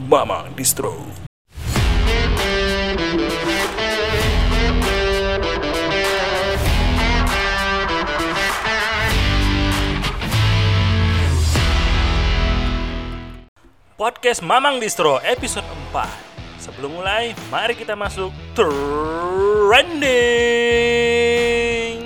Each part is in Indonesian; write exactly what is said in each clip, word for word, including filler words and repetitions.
Mamang Distro. Podcast Mamang Distro episode empat. Sebelum mulai, mari kita masuk trending.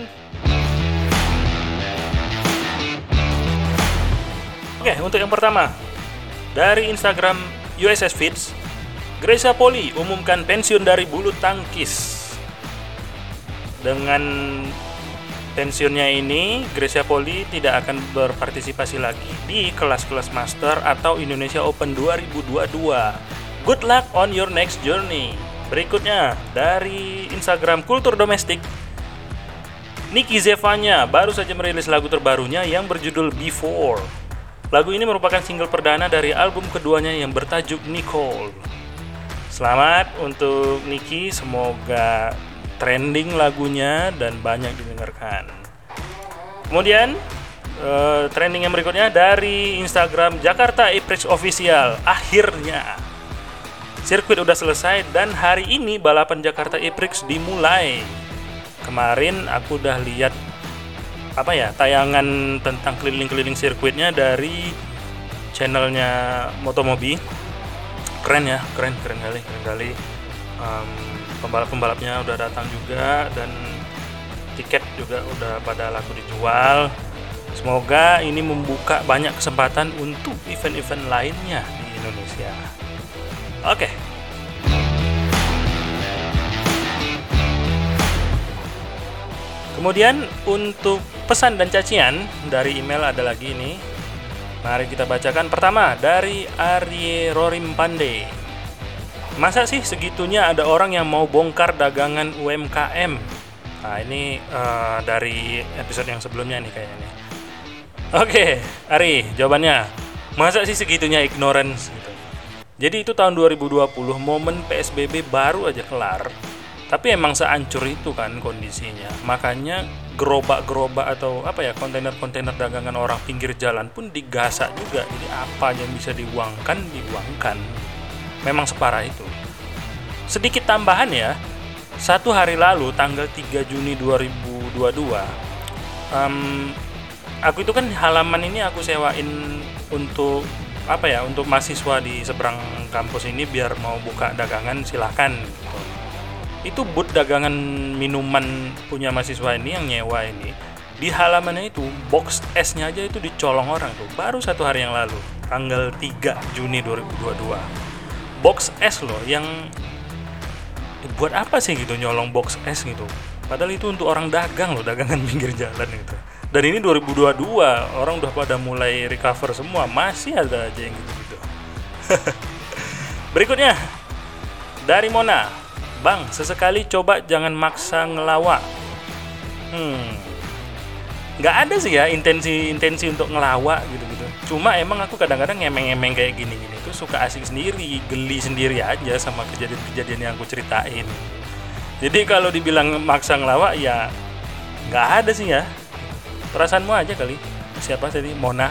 Oke, untuk yang pertama, dari Instagram U S S Feeds, Gracia Poli umumkan pensiun dari bulu tangkis. Dengan pensiunnya ini, Gracia Poli tidak akan berpartisipasi lagi di kelas-kelas Master atau Indonesia Open dua ribu dua puluh dua. Good luck on your next journey. Berikutnya, dari Instagram Kultur Domestik, Niki Zevanya baru saja merilis lagu terbarunya yang berjudul Before. Lagu ini merupakan single perdana dari album keduanya yang bertajuk Nicole. Selamat untuk Niki, semoga trending lagunya dan banyak didengarkan. Kemudian uh, trending yang berikutnya dari Instagram Jakarta E-Prix Official. Akhirnya sirkuit udah selesai dan hari ini balapan Jakarta E-Prix dimulai. Kemarin aku udah lihat apa ya tayangan tentang keliling-keliling sirkuitnya dari channelnya Motomobi. Keren ya, keren keren kali, keren kali. Um, Pembalap-pembalapnya udah datang juga dan tiket juga udah pada laku dijual. Semoga ini membuka banyak kesempatan untuk event-event lainnya di Indonesia. Oke. Kemudian untuk pesan dan cacian dari email ada lagi ini. Mari kita bacakan. Pertama dari Arye Rorim Pandey. Masa sih segitunya ada orang yang mau bongkar dagangan U M K M? Nah ini uh, dari episode yang sebelumnya nih kayaknya nih. Oke, Ari, jawabannya. Masa sih segitunya ignorance gitu. Jadi itu tahun dua ribu dua puluh, momen P S B B baru aja kelar. Tapi emang seancur itu kan kondisinya. Makanya gerobak-gerobak atau apa ya, kontainer-kontainer dagangan orang pinggir jalan pun digasak juga. Jadi apa yang bisa diuangkan, diuangkan. Memang separah itu. Sedikit tambahan ya, satu hari lalu tanggal tiga Juni dua ribu dua puluh dua, um, aku itu kan halaman ini aku sewain untuk apa ya, untuk mahasiswa di seberang kampus ini biar mau buka dagangan silahkan gitu. Itu booth dagangan minuman punya mahasiswa ini yang nyewa ini, di halamannya itu box esnya aja itu dicolong orang tuh, baru satu hari yang lalu tanggal tiga Juni dua ribu dua puluh dua. Box es loh, yang buat apa sih gitu nyolong box es gitu, padahal itu untuk orang dagang loh, dagangan pinggir jalan gitu. Dan ini dua ribu dua puluh dua, orang udah pada mulai recover semua, masih ada aja yang gitu-gitu. Berikutnya dari Mona, Bang, sesekali coba jangan maksa ngelawak. Hmm, nggak ada sih ya intensi-intensi untuk ngelawak gitu-gitu. Cuma emang aku kadang-kadang ngemeng-ngemeng kayak gini-gini tuh suka asik sendiri, geli sendiri aja sama kejadian-kejadian yang aku ceritain. Jadi kalau dibilang maksa ngelawak ya nggak ada sih ya. Perasaanmu aja kali. Siapa tadi? Mona.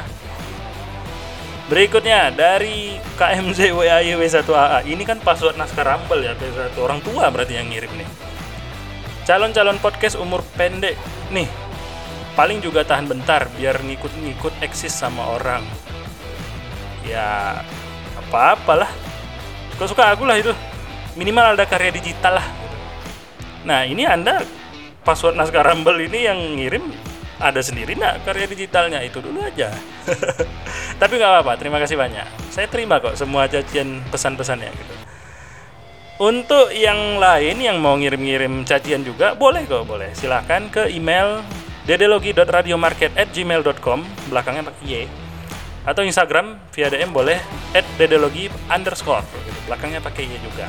Berikutnya dari K M Z W A Y W satu A A. Ini kan password Naskah Rumble ya, P satu. Orang tua berarti yang ngirim nih. Calon-calon podcast umur pendek nih, paling juga tahan bentar biar ngikut-ngikut eksis sama orang. Ya apa-apalah, suka-suka aku lah itu. Minimal ada karya digital lah. Nah ini Anda password Naskah Rumble ini yang ngirim ada sendiri nak karya digitalnya, itu dulu aja. Tapi nggak apa-apa, terima kasih banyak. Saya terima kok semua cacian pesan-pesannya gitu. Untuk yang lain yang mau ngirim-ngirim cacian juga boleh kok, boleh. Silahkan ke email dedelogi dot radiomarket at gmail dot com, belakangnya pakai Y, atau Instagram via D M boleh at dedelogi underscore gitu. Belakangnya pakai Y juga.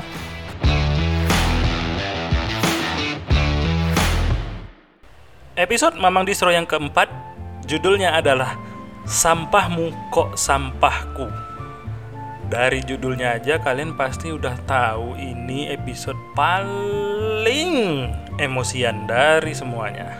Episode Mamang Distro yang keempat, judulnya adalah Sampahmu Kok Sampahku. Dari judulnya aja kalian pasti udah tahu ini episode paling emosian dari semuanya.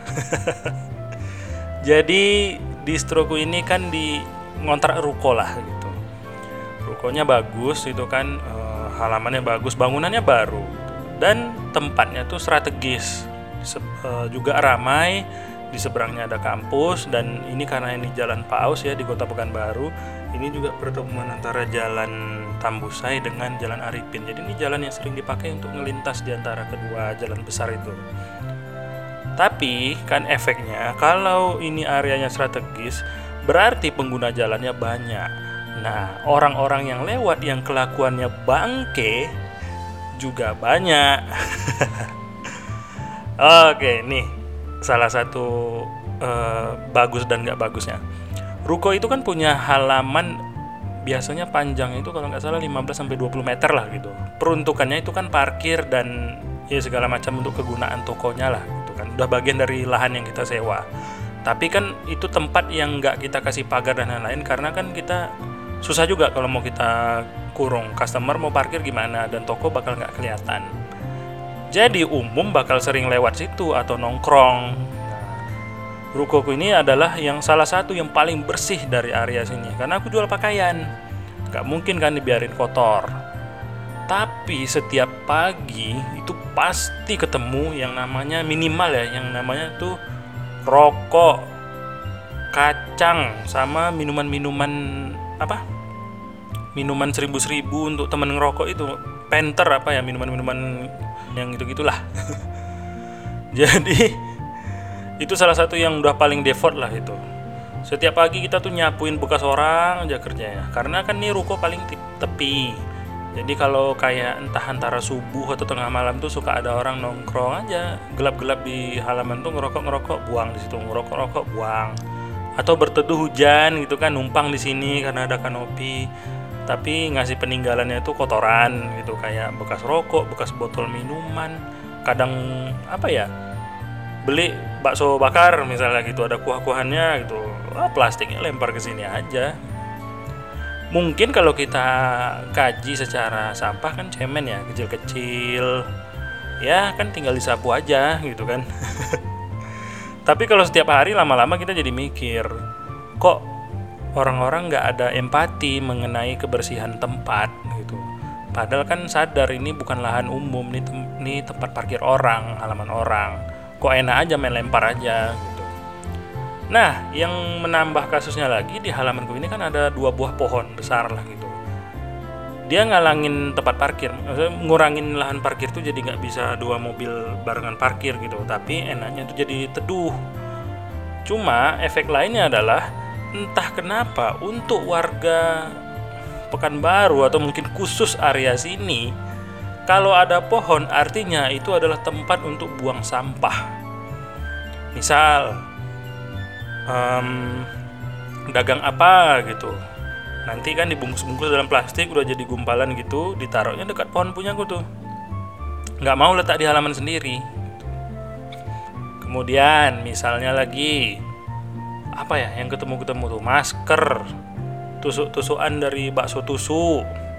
Jadi distroku ini kan di ngontrak ruko lah gitu. Ruko tokonya bagus itu kan, eh, halamannya bagus, bangunannya baru, dan tempatnya tuh strategis. Se- eh, juga ramai, di seberangnya ada kampus, dan ini karena ini Jalan Paus ya di Kota Pekanbaru, ini juga pertemuan antara Jalan Tambusai dengan Jalan Arifin. Jadi ini jalan yang sering dipakai untuk melintas di antara kedua jalan besar itu. Tapi kan efeknya kalau ini areanya strategis, berarti pengguna jalannya banyak. Nah, orang-orang yang lewat yang kelakuannya bangke juga banyak. Oke, nih salah satu eh, bagus dan nggak bagusnya. Ruko itu kan punya halaman biasanya panjang itu kalau nggak salah lima belas sampai dua puluh meter lah gitu. Peruntukannya itu kan parkir dan ya segala macam untuk kegunaan tokonya lah gitu kan. Udah bagian dari lahan yang kita sewa. Tapi kan itu tempat yang nggak kita kasih pagar dan lain-lain karena kan kita susah juga kalau mau kita kurung. Customer mau parkir gimana dan toko bakal nggak kelihatan. Jadi umum bakal sering lewat situ atau nongkrong. Rukoku ini adalah yang salah satu yang paling bersih dari area sini karena aku jual pakaian. Nggak mungkin kan dibiarin kotor. Tapi setiap pagi itu pasti ketemu yang namanya minimal ya, yang namanya tuh rokok, kacang, sama minuman-minuman apa? Minuman seribu-seribu untuk temen ngerokok itu, Penter apa ya, minuman-minuman yang gitu-gitulah. Jadi itu salah satu yang udah paling default lah itu. Setiap pagi kita tuh nyapuin bekas orang aja kerjanya. Karena kan nih ruko paling tepi. Jadi kalau kayak entah antara subuh atau tengah malam tuh suka ada orang nongkrong aja, gelap-gelap di halaman tuh ngerokok-ngerokok, buang di situ, ngerokok-ngerokok, buang. Atau berteduh hujan gitu kan, numpang di sini karena ada kanopi. Tapi ngasih peninggalannya itu kotoran gitu, kayak bekas rokok, bekas botol minuman. Kadang apa ya? Beli bakso bakar misalnya gitu, ada kuah-kuahannya gitu. Wah, plastiknya lempar ke sini aja. Mungkin kalau kita kaji secara sampah kan cemen ya, kecil-kecil. Ya kan tinggal disapu aja gitu kan. Tapi kalau setiap hari lama-lama kita jadi mikir, kok orang-orang nggak ada empati mengenai kebersihan tempat gitu. Padahal kan sadar ini bukan lahan umum, ini, tem- ini tempat parkir orang, halaman orang. Kok enak aja main lempar aja gitu. Nah, yang menambah kasusnya lagi di halamanku ini kan ada dua buah pohon besar lah gitu. Dia ngalangin tempat parkir, maksudnya ngurangin lahan parkir tuh jadi nggak bisa dua mobil barengan parkir gitu. Tapi enaknya tuh jadi teduh. Cuma efek lainnya adalah entah kenapa untuk warga Pekanbaru atau mungkin khusus area sini, kalau ada pohon artinya itu adalah tempat untuk buang sampah. Misal um, dagang apa gitu, nanti kan dibungkus-bungkus dalam plastik udah jadi gumpalan gitu, ditaruhnya dekat pohon punyaku tuh. Nggak mau letak di halaman sendiri. Kemudian misalnya lagi apa ya yang ketemu-ketemu tuh, masker, tusuk-tusukan dari bakso tusuk,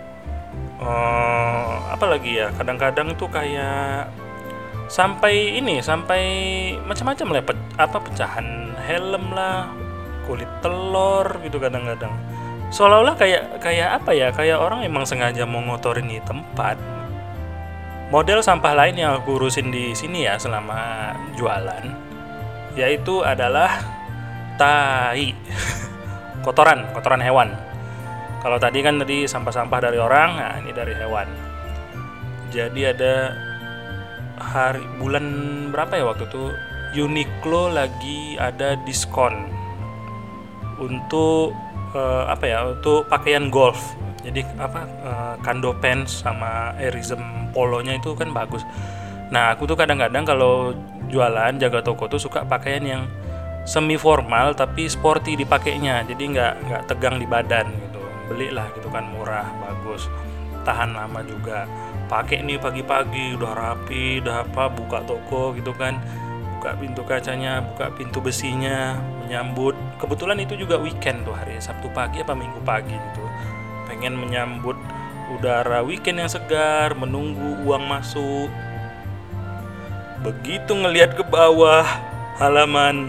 uh, apa lagi ya, kadang-kadang tuh kayak sampai ini sampai macam-macam lah, pe- apa pecahan helm lah, kulit telur gitu kadang-kadang, seolah-olah kayak kayak apa ya, kayak orang emang sengaja mau ngotorin di tempat. Model sampah lain yang aku urusin di sini ya selama jualan, yaitu adalah tai, kotoran, kotoran hewan. Kalau tadi kan tadi sampah-sampah dari orang, nah ini dari hewan. Jadi ada hari bulan berapa ya waktu itu, Uniqlo lagi ada diskon untuk eh, apa ya, untuk pakaian golf. Jadi apa eh, kando pants sama Airism polonya itu kan bagus. Nah aku tuh kadang-kadang kalau jualan jaga toko tuh suka pakaian yang semi formal tapi sporty dipakainya, jadi nggak nggak tegang di badan gitu. Belilah gitu kan, murah, bagus, tahan lama juga. Pakai nih pagi-pagi udah rapi, udah apa, buka toko gitu kan, buka pintu kacanya, buka pintu besinya, menyambut. Kebetulan itu juga weekend tuh, hari Sabtu pagi apa Minggu pagi gitu. Pengen menyambut udara weekend yang segar, menunggu uang masuk. Begitu ngelihat ke bawah halaman,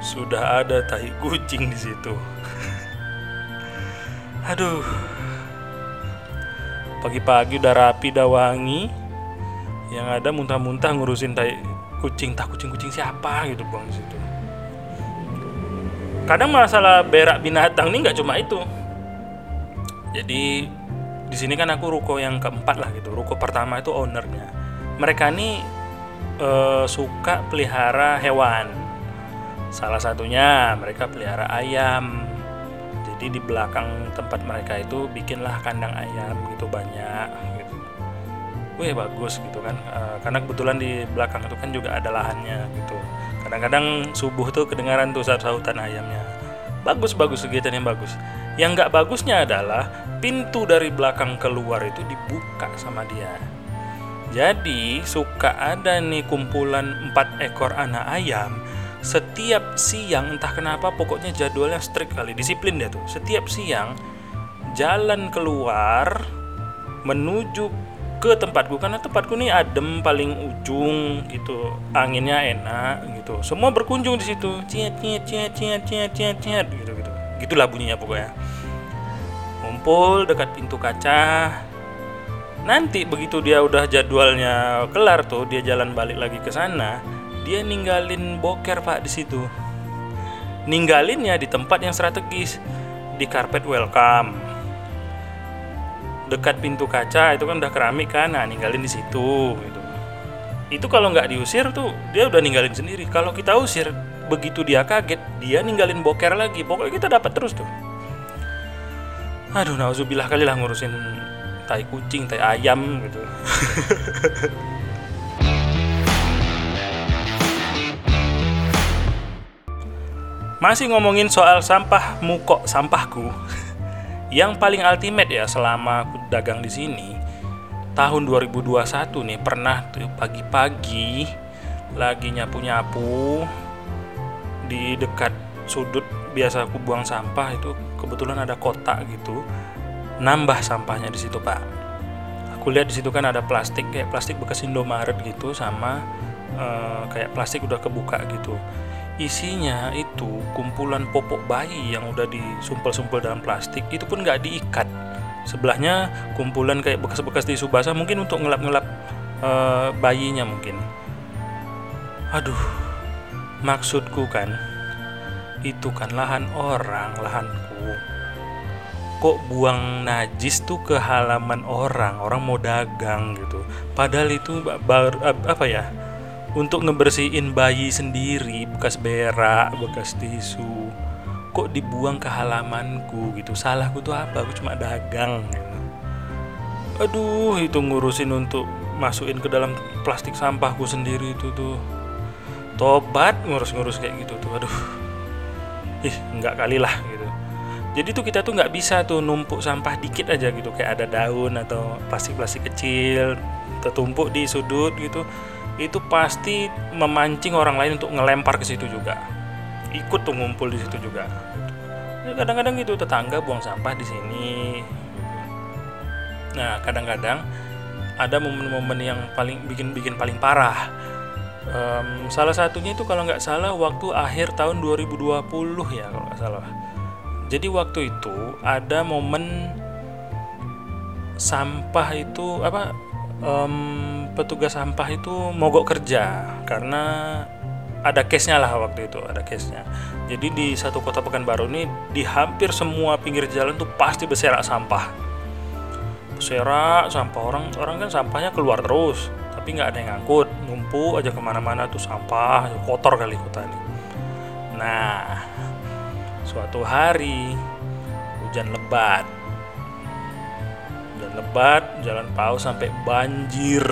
sudah ada tai kucing di situ. Aduh, Pagi-pagi udah rapi, udah wangi, yang ada muntah-muntah ngurusin tai kucing, tak kucing-kucing siapa gitu buang di situ. Kadang masalah berak binatang ini nggak cuma itu. Jadi di sini kan aku ruko yang keempat lah gitu. Ruko pertama itu ownernya. Mereka ini eh, suka pelihara hewan. Salah satunya mereka pelihara ayam. Jadi di belakang tempat mereka itu bikinlah kandang ayam gitu banyak gitu. Wih bagus gitu kan, e, karena kebetulan di belakang itu kan juga ada lahannya gitu. Kadang-kadang subuh tuh kedengaran tuh saut-sautan ayamnya. Bagus-bagus, kegiatan yang bagus. Yang nggak bagusnya adalah pintu dari belakang keluar itu dibuka sama dia. Jadi suka ada nih kumpulan empat ekor anak ayam. Setiap siang entah kenapa pokoknya jadwalnya strict kali, disiplin dia tuh. Setiap siang jalan keluar menuju ke tempatku, karena tempatku nih adem paling ujung gitu, anginnya enak gitu. Semua berkunjung di situ, ciat ciat ciat ciat ciat ciat ciat gitu gitu. Gitulah bunyinya pokoknya. Ngumpul dekat pintu kaca. Nanti begitu dia udah jadwalnya kelar tuh, dia jalan balik lagi ke sana. Dia ninggalin boker pak di situ. Ninggalinnya di tempat yang strategis, di karpet welcome, dekat pintu kaca itu kan udah keramik kan, nah ninggalin di situ. Gitu. Itu kalau nggak diusir tuh dia udah ninggalin sendiri. Kalau kita usir, begitu dia kaget, dia ninggalin boker lagi. Pokoknya kita dapat terus tuh. Aduh, nauzubillah kali lah ngurusin tai kucing, tai ayam gitu. Masih ngomongin soal sampah mukok sampahku. Yang paling ultimate ya selama aku dagang di sini, tahun dua ribu dua puluh satu nih, pernah tuh pagi-pagi lagi nyapu-nyapu di dekat sudut biasa aku buang sampah itu, kebetulan ada kotak gitu. Nambah sampahnya di situ, Pak. Aku lihat di situ kan ada plastik kayak plastik bekas Indomaret gitu, sama uh, kayak plastik udah kebuka gitu. Isinya itu kumpulan popok bayi yang udah disumpel-sumpel dalam plastik, itu pun nggak diikat. Sebelahnya kumpulan kayak bekas-bekas tisu basah, mungkin untuk ngelap-ngelap uh, bayinya mungkin. Aduh, maksudku kan, itu kan lahan orang, lahanku. Kok buang najis tuh ke halaman orang, orang mau dagang gitu. Padahal itu bar, apa ya? Untuk ngebersihin bayi sendiri, bekas berak, bekas tisu, kok dibuang ke halamanku gitu. Salahku tuh apa? Aku cuma dagang gitu. Aduh, itu ngurusin untuk masukin ke dalam plastik sampahku sendiri itu tuh. Tobat ngurus-ngurus kayak gitu tuh. Aduh. Ih, enggak kali lah gitu. Jadi tuh kita tuh nggak bisa tuh numpuk sampah dikit aja gitu, kayak ada daun atau plastik-plastik kecil tertumpuk di sudut gitu. Itu pasti memancing orang lain untuk ngelempar ke situ juga, ikut tuh ngumpul di situ juga. Gitu. Kadang-kadang gitu tetangga buang sampah di sini. Nah, kadang-kadang ada momen-momen yang paling bikin-bikin paling parah. Um, salah satunya itu kalau nggak salah waktu akhir tahun dua ribu dua puluh ya kalau nggak salah. Jadi waktu itu ada momen sampah itu apa? Um, petugas sampah itu mogok kerja karena ada case-nya lah waktu itu, ada case-nya. Jadi di satu kota Pekanbaru ini di hampir semua pinggir jalan tuh pasti berserak sampah. Berserak sampah, orang orang kan sampahnya keluar terus, tapi nggak ada yang ngangkut, numpuk aja kemana-mana tuh sampah, kotor kali kota ini. Nah, suatu hari hujan lebat. lebat, jalan paus sampai banjir.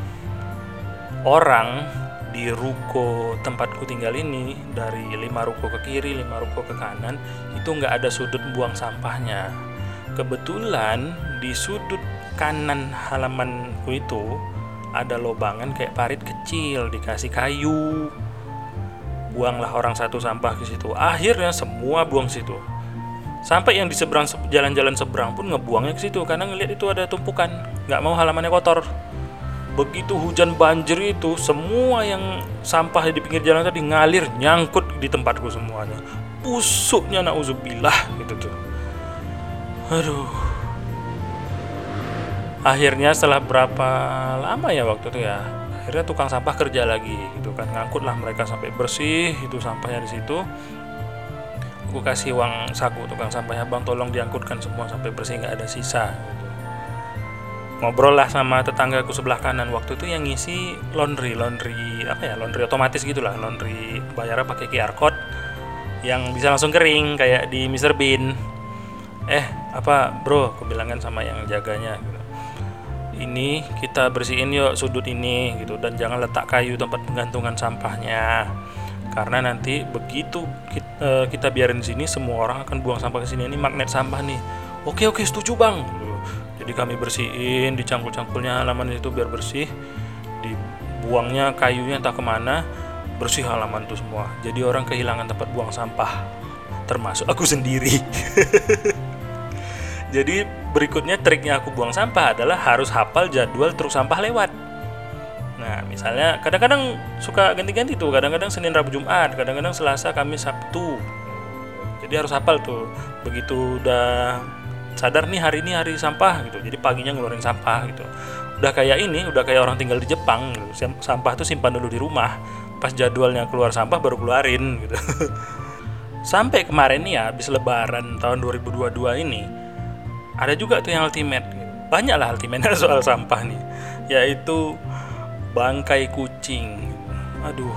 Orang di ruko tempatku tinggal ini, dari lima ruko ke kiri, lima ruko ke kanan, itu nggak ada sudut buang sampahnya. Kebetulan di sudut kanan halamanku itu ada lobangan kayak parit kecil, dikasih kayu. Buanglah orang satu sampah ke situ. Akhirnya semua buang situ. Sampai yang di seberang jalan-jalan seberang pun ngebuangnya ke situ karena ngelihat itu ada tumpukan, nggak mau halamannya kotor. Begitu hujan banjir itu, semua yang sampah di pinggir jalan tadi ngalir nyangkut di tempatku semuanya. Busuknya nauzubillah gitu tuh. Aduh. Akhirnya setelah berapa lama ya waktu itu ya, akhirnya tukang sampah kerja lagi gitu kan, ngangkut lah mereka sampai bersih itu sampahnya di situ. Aku kasih uang saku tukang sampahnya, bang tolong diangkutkan semua sampai bersih nggak ada sisa gitu. Ngobrol lah sama tetanggaku sebelah kanan, waktu itu yang ngisi laundry laundry apa ya, laundry otomatis gitulah, laundry bayarnya pakai Q R code yang bisa langsung kering kayak di Mister Bean. Eh apa bro, aku bilangan sama yang jaganya gitu, ini kita bersihin yuk sudut ini gitu, dan jangan letak kayu tempat penggantungan sampahnya, karena nanti begitu kita, kita biarin di sini semua orang akan buang sampah ke sini, ini magnet sampah nih. Oke oke setuju bang. Jadi kami bersihin, dicangkul-cangkulnya halaman itu biar bersih, dibuangnya kayunya entah kemana, bersih halaman tuh semua. Jadi orang kehilangan tempat buang sampah, termasuk aku sendiri. Jadi berikutnya triknya aku buang sampah adalah harus hafal jadwal truk sampah lewat. Nah misalnya kadang-kadang suka ganti-ganti tuh, kadang-kadang Senin Rabu Jumat, kadang-kadang Selasa Kamis Sabtu. Jadi harus hafal tuh. Begitu udah sadar nih hari ini hari sampah gitu, jadi paginya ngeluarin sampah gitu. Udah kayak ini, udah kayak orang tinggal di Jepang gitu. Sampah tuh simpan dulu di rumah, pas jadwalnya keluar sampah baru keluarin gitu. Sampai kemarin nih ya, habis lebaran tahun dua ribu dua puluh dua ini, ada juga tuh yang ultimate gitu. Banyak lah ultimate soal sampah nih, yaitu bangkai kucing. Aduh,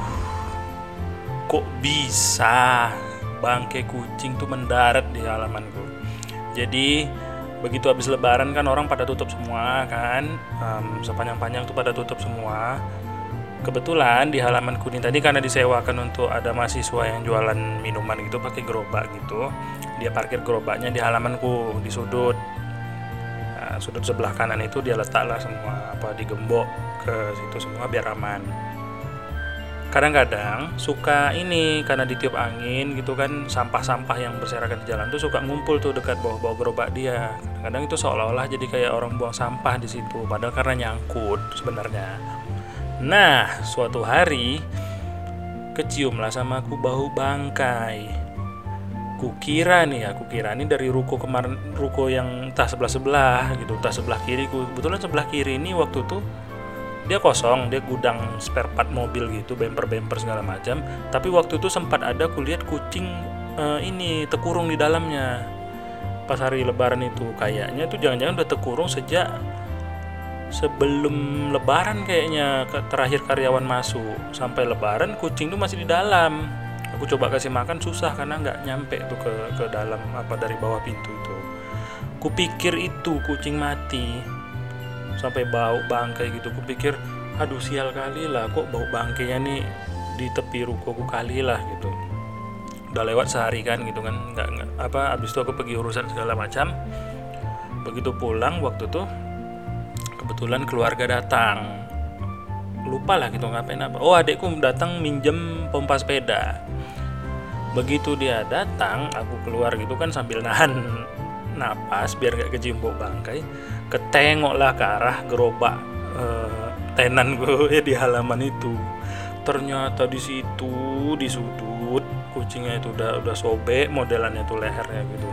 kok bisa bangkai kucing tuh mendarat di halamanku. Jadi begitu habis lebaran kan orang pada tutup semua kan, um, sepanjang-panjang tuh pada tutup semua. Kebetulan di halamanku ini tadi karena disewakan untuk ada mahasiswa yang jualan minuman gitu pakai gerobak gitu, dia parkir gerobaknya di halamanku di sudut. Nah, sudut sebelah kanan itu dia letaklah semua apa, digembok ke situ semua biar aman. Kadang-kadang suka ini karena ditiup angin gitu kan, sampah-sampah yang berserakan di jalan tuh suka ngumpul tuh dekat bawah-bawah gerobak dia. Kadang-kadang itu seolah-olah jadi kayak orang buang sampah di situ, padahal karena nyangkut sebenarnya. Nah, suatu hari keciumlah sama aku bau bangkai. Kukira nih ya, kukira ini dari ruko kemarin, ruko yang entah sebelah-sebelah gitu, entah sebelah kiri. Kebetulan sebelah kiri ini waktu tuh dia kosong, dia gudang spare part mobil gitu, bemper-bemper segala macam. Tapi waktu itu sempat ada kulihat kucing uh, ini terkurung di dalamnya. Pas hari lebaran itu kayaknya tuh jangan-jangan udah terkurung sejak sebelum lebaran kayaknya, terakhir karyawan masuk. Sampai lebaran kucing tuh masih di dalam. Aku coba kasih makan susah karena nggak nyampe tuh ke ke dalam apa dari bawah pintu itu. Kupikir itu kucing mati. Sampai bau bangkai gitu, kupikir aduh sial kali lah, kok bau bangkainya nih di tepi rukoku kali lah gitu. Udah lewat sehari kan gitu kan, nggak, nggak apa, abis itu aku pergi urusan segala macam. Begitu pulang waktu tuh kebetulan keluarga datang, lupa lah gitu ngapain apa. Oh adekku datang minjem pompa sepeda. Begitu dia datang, aku keluar gitu kan sambil nahan napas biar gak kecium bau bangkai, ketengoklah ke arah gerobak uh, tenan gue di halaman itu. Ternyata di situ di sudut kucingnya itu udah udah sobek modelannya tuh lehernya gitu.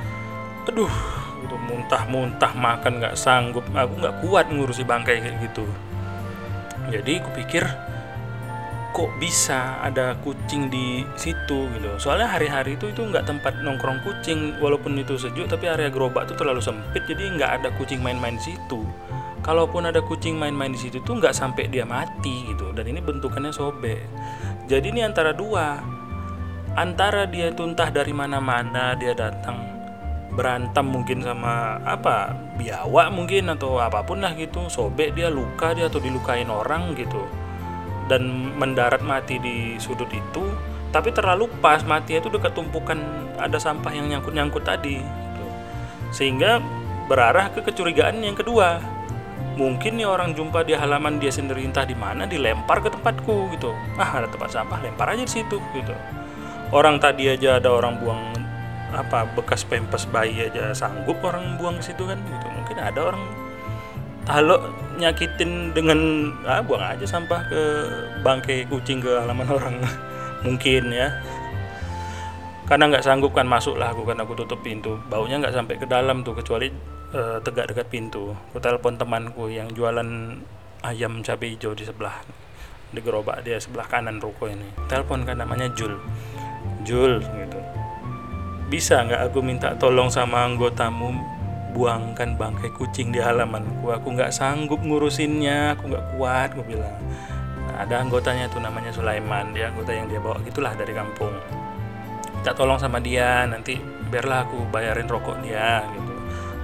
Aduh, itu muntah-muntah makan nggak sanggup, aku nggak kuat ngurusi bangkai kayak gitu. Jadi kupikir kok bisa ada kucing di situ gitu. Soalnya hari-hari itu itu nggak tempat nongkrong kucing, walaupun itu sejuk, tapi area gerobak itu terlalu sempit, jadi nggak ada kucing main-main di situ. Kalaupun ada kucing main-main di situ tuh nggak sampai dia mati gitu. Dan ini bentukannya sobek. Jadi ini antara dua, antara dia itu entah dari mana-mana dia datang berantem mungkin sama apa biawak mungkin atau apapun lah gitu, sobek dia, luka dia atau dilukain orang gitu, dan mendarat mati di sudut itu. Tapi terlalu pas mati itu dekat tumpukan ada sampah yang nyangkut-nyangkut tadi gitu. Sehingga berarah ke kecurigaan yang kedua, mungkin nih orang jumpa di halaman dia sendiri entah di mana, dilempar ke tempatku gitu. Ah ada tempat sampah, lempar aja di situ gitu. Orang tadi aja ada orang buang apa bekas pempes bayi aja sanggup orang buang ke situ kan gitu. Mungkin ada orang kalau nyakitin dengan ah, buang aja sampah ke bangkai kucing ke halaman orang. Mungkin ya, karena nggak sanggup kan masuk lah aku, kan aku tutup pintu, baunya nggak sampai ke dalam tuh, kecuali uh, tegak dekat pintu. Aku telepon temanku yang jualan ayam cabai hijau di sebelah, di gerobak dia sebelah kanan ruko ini. Telepon kan, namanya Jul. Jul gitu. Bisa nggak aku minta tolong sama anggotamu buangkan bangkai kucing di halamanku? Aku nggak sanggup ngurusinnya, aku nggak kuat, aku bilang. Nah, ada anggotanya tuh namanya Sulaiman, dia anggota yang dia bawa gitulah dari kampung. Minta tolong sama dia, nanti biarlah aku bayarin rokok dia gitu.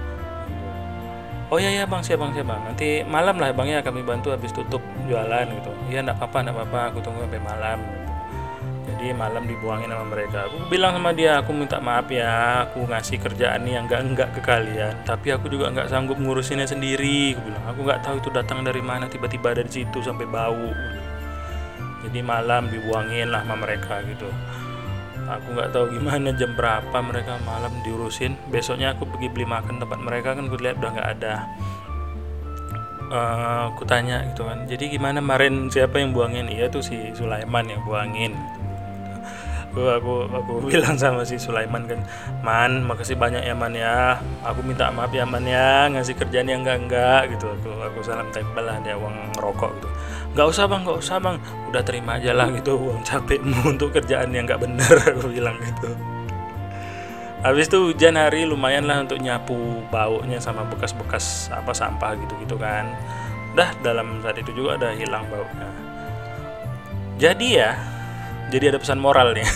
Oh iya ya bang, siap bang, siap bang. Nanti malam lah bang ya, kami bantu habis tutup jualan gitu. Iya nggak apa-apa, nggak apa-apa, aku tunggu sampai malam gitu. Jadi malam dibuangin sama mereka. Aku bilang sama dia, aku minta maaf ya, aku ngasih kerjaan yang enggak-enggak ke kalian, tapi aku juga nggak sanggup ngurusinnya sendiri. Aku bilang, aku nggak tahu itu datang dari mana, tiba-tiba dari situ sampai bau. Jadi malam dibuangin lah sama mereka gitu. Aku nggak tahu gimana jam berapa mereka malam diurusin. Besoknya aku pergi beli makan tempat mereka kan, aku lihat udah nggak ada. Uh, aku tanya gitu kan, jadi gimana kemarin siapa yang buangin? Iya tuh si Sulaiman yang buangin. Aku, aku aku bilang sama si Sulaiman kan, Man, makasih banyak ya Man ya, aku minta maaf ya Man ya, ngasih kerjaan yang enggak enggak gitu. Aku aku salam tempel lah dia uang rokok gitu. Nggak usah bang, nggak usah bang, udah terima aja lah gitu uang capekmu untuk kerjaan yang nggak bener. Aku bilang gitu. Habis itu hujan hari lumayan lah untuk nyapu baunya sama bekas-bekas apa sampah gitu-gitu kan. Dah dalam saat itu juga ada hilang baunya. Jadi ya, jadi ada pesan moral nih.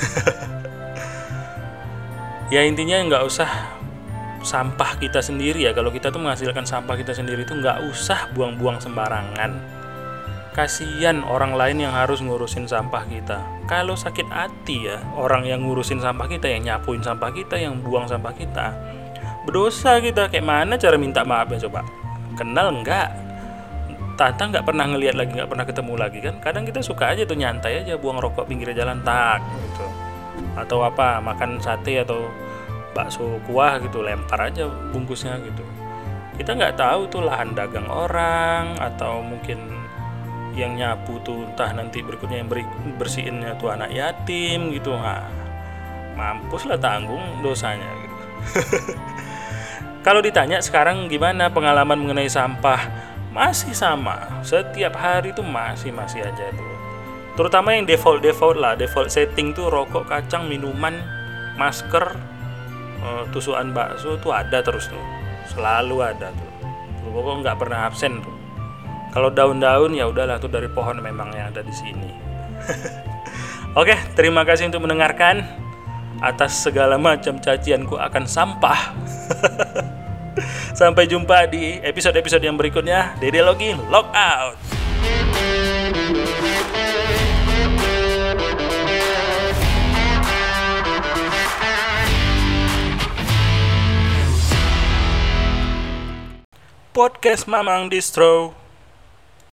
Ya intinya nggak usah sampah kita sendiri ya. Kalau kita tuh menghasilkan sampah kita sendiri tuh nggak usah buang-buang sembarangan. Kasian orang lain yang harus ngurusin sampah kita. Kalau sakit hati ya orang yang ngurusin sampah kita, yang nyapuin sampah kita, yang buang sampah kita, berdosa kita. Kayak mana cara minta maaf ya coba? Kenal nggak? Tata nggak pernah ngelihat lagi, nggak pernah ketemu lagi kan? Kadang kita suka aja tuh nyantai aja buang rokok pinggir jalan tak gitu. Atau apa, makan sate atau bakso kuah gitu, lempar aja bungkusnya gitu. Kita nggak tahu tuh lahan dagang orang, atau mungkin yang nyapu tuh entah nanti berikutnya yang bersihinnya tuh anak yatim gitu. Nah, mampus lah, tanggung dosanya gitu. Kalau ditanya sekarang gimana pengalaman mengenai sampah, masih sama. Setiap hari tuh masih-masih aja tuh. Terutama yang default-default lah, default setting tuh rokok, kacang, minuman, masker, tusukan bakso tuh ada terus tuh. Selalu ada tuh. Pokoknya nggak pernah absen tuh. Kalau daun-daun ya udahlah tuh dari pohon memang yang ada di sini. Oke, terima kasih untuk mendengarkan. Atas segala macam cacianku akan sampah. Sampai jumpa di episode-episode yang berikutnya. Dede Logi log out. Podcast Mamang Distro.